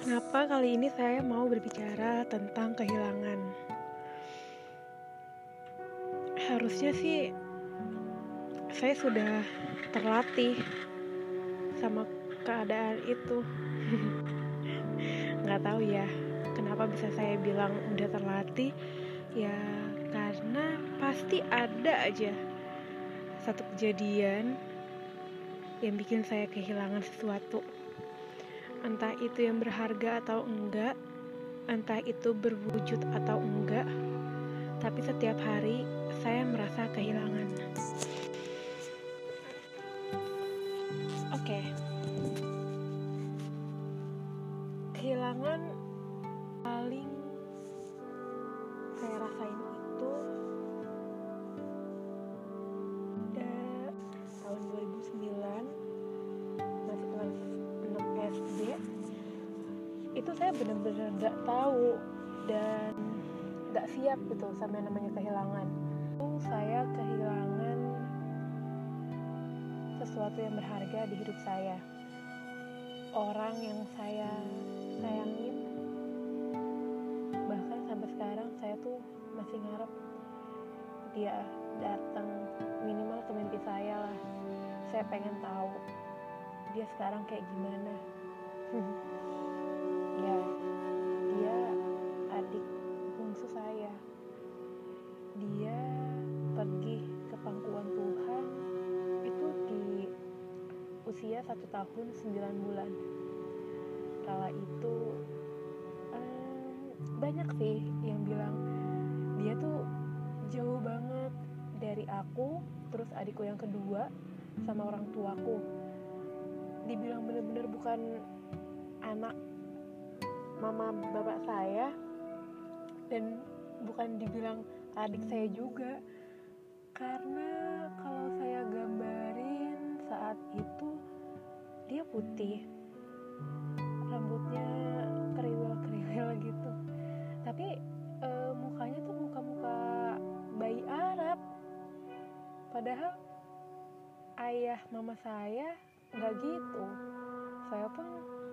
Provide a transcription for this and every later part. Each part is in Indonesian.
Kenapa kali ini saya mau berbicara tentang kehilangan? Harusnya sih saya sudah terlatih sama keadaan itu. Nggak tahu ya, kenapa bisa saya bilang udah terlatih? Ya karena pasti ada aja satu kejadian yang bikin saya kehilangan sesuatu. Entah itu yang berharga atau enggak, entah itu berwujud atau enggak, tapi setiap hari saya merasa kehilangan. Oke. Kehilangan paling saya rasain itu tahun 2009, masih kelas 6 SD. Itu saya benar-benar gak tahu dan gak siap gitu sama yang namanya kehilangan. Saya kehilangan sesuatu yang berharga di hidup saya, orang yang saya sayangin. Bahkan sampai sekarang saya tuh masih ngarep dia datang minimal ke mimpi saya lah. Saya pengen tahu dia sekarang kayak gimana. Ya, dia adik bungsu saya. Dia pergi ke pangkuan Tuhan itu di usia 1 tahun 9 bulan. Kala itu banyak sih yang bilang dia tuh jauh banget dari aku, terus adikku yang kedua, sama orang tuaku. Dibilang bener-bener bukan anak mama bapak saya, dan bukan dibilang adik saya juga. Karena kalau saya gambarin saat itu, dia putih, rambutnya kriwil-kriwil gitu, tapi mukanya tuh muka-muka bayi Arab. Padahal ayah mama saya nggak gitu. Saya pun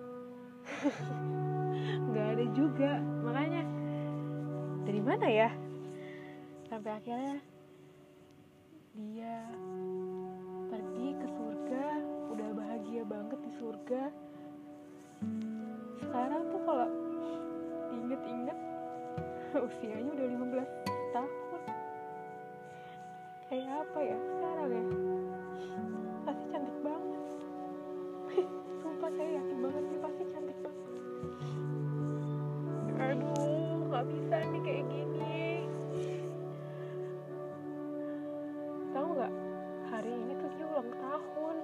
nggak ada juga. Makanya dari mana ya? Sampai akhirnya dia pergi ke surga, udah bahagia banget di surga. Sekarang tuh kalau diinget-inget usianya udah 15 tahun. Kayak apa ya sekarang ya? Pasti cantik banget. Sumpah saya yakin banget dia pasti cantik banget. Aduh, gak bisa nih kayak gini. Tahu gak? Hari ini tuh dia ulang tahun.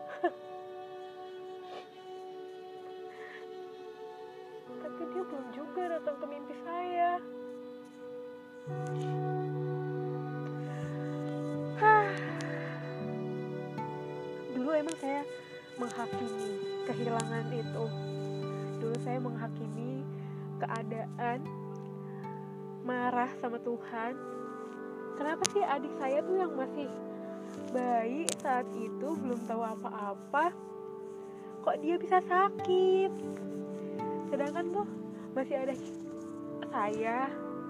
Tapi dia belum juga datang ke mimpi saya. Dulu emang saya menghakimi kehilangan itu. Dulu saya menghakimi keadaan, marah sama Tuhan. Kenapa sih adik saya tuh yang masih bayi saat itu, belum tahu apa-apa, kok dia bisa sakit? Sedangkan tuh masih ada saya,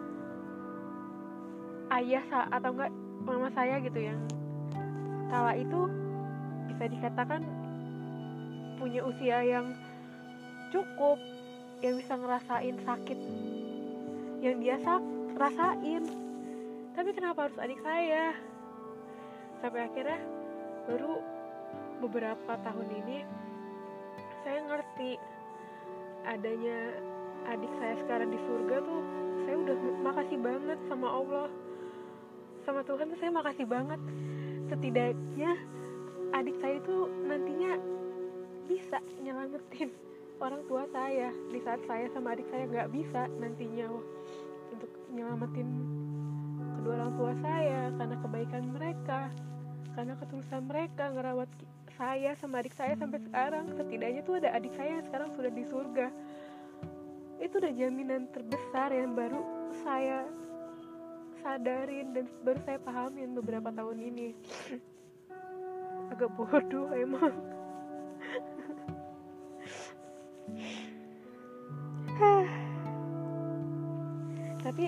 ayah atau enggak mama saya gitu, yang kala itu bisa dikatakan punya usia yang cukup, yang bisa ngerasain sakit yang dia rasain. Tapi kenapa harus adik saya? Sampai akhirnya baru beberapa tahun ini saya ngerti adanya adik saya sekarang di surga tuh. Saya udah makasih banget sama Allah, sama Tuhan tuh saya makasih banget. Setidaknya adik saya itu nantinya bisa nyelamatin orang tua saya di saat saya sama adik saya nggak bisa nantinya untuk nyelamatin kedua orang tua saya, karena kebaikan mereka, karena ketulusan mereka ngerawat saya sama adik saya sampai sekarang. Setidaknya tuh ada adik saya yang sekarang sudah di surga. Itu udah jaminan terbesar yang baru saya sadarin dan baru saya pahamin beberapa tahun ini. Agak bodoh emang. Tapi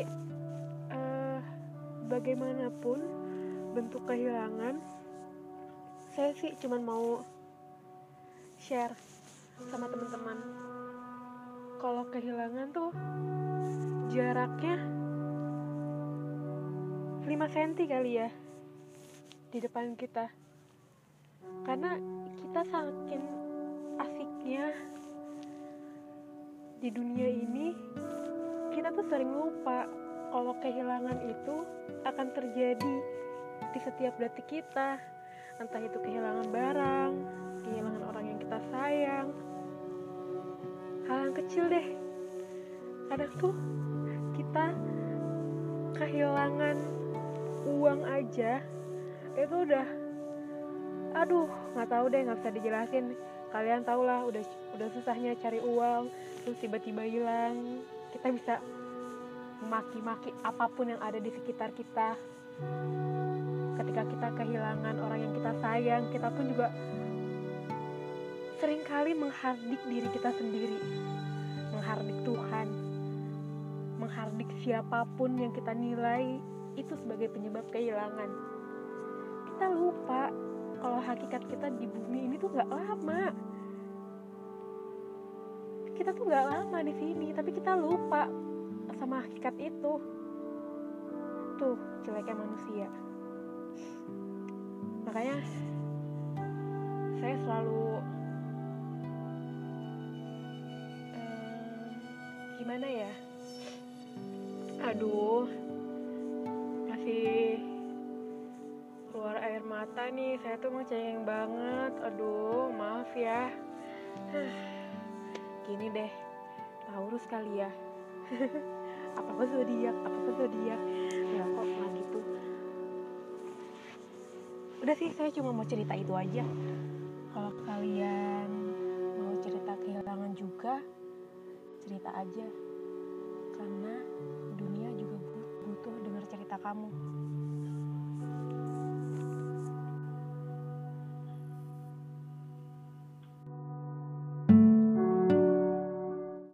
bagaimanapun bentuk kehilangan, saya sih cuman mau share sama teman-teman kalau kehilangan tuh jaraknya 5 cm kali ya di depan kita, karena kita saking asiknya di dunia ini, kita tuh sering lupa kalau kehilangan itu akan terjadi di setiap detik kita. Entah itu kehilangan barang, kehilangan orang yang kita sayang, hal yang kecil deh. Kadang tuh kita kehilangan uang aja itu udah, aduh, nggak tahu deh, nggak bisa dijelasin. Kalian tau lah, udah susahnya cari uang, terus tiba-tiba hilang. Kita bisa maki-maki apapun yang ada di sekitar kita. Ketika kita kehilangan orang yang kita sayang, kita pun juga seringkali menghardik diri kita sendiri, menghardik Tuhan, menghardik siapapun yang kita nilai itu sebagai penyebab kehilangan. Kita lupa kalau hakikat kita di bumi ini tuh gak lama. Kita tuh gak lama di sini, tapi kita lupa sama hakikat itu. Tuh jeleknya manusia. Makanya saya selalu gimana ya? Aduh, masih keluar air mata nih. Saya tuh emang cengeng banget. Aduh, maaf ya. Gini deh, Taurus kali ya. Apa zodiak? Enggak kok, nggak gitu. Udah sih, saya cuma mau cerita itu aja. Kalau kalian mau cerita kehilangan juga, cerita aja. Karena dunia juga butuh dengar cerita kamu.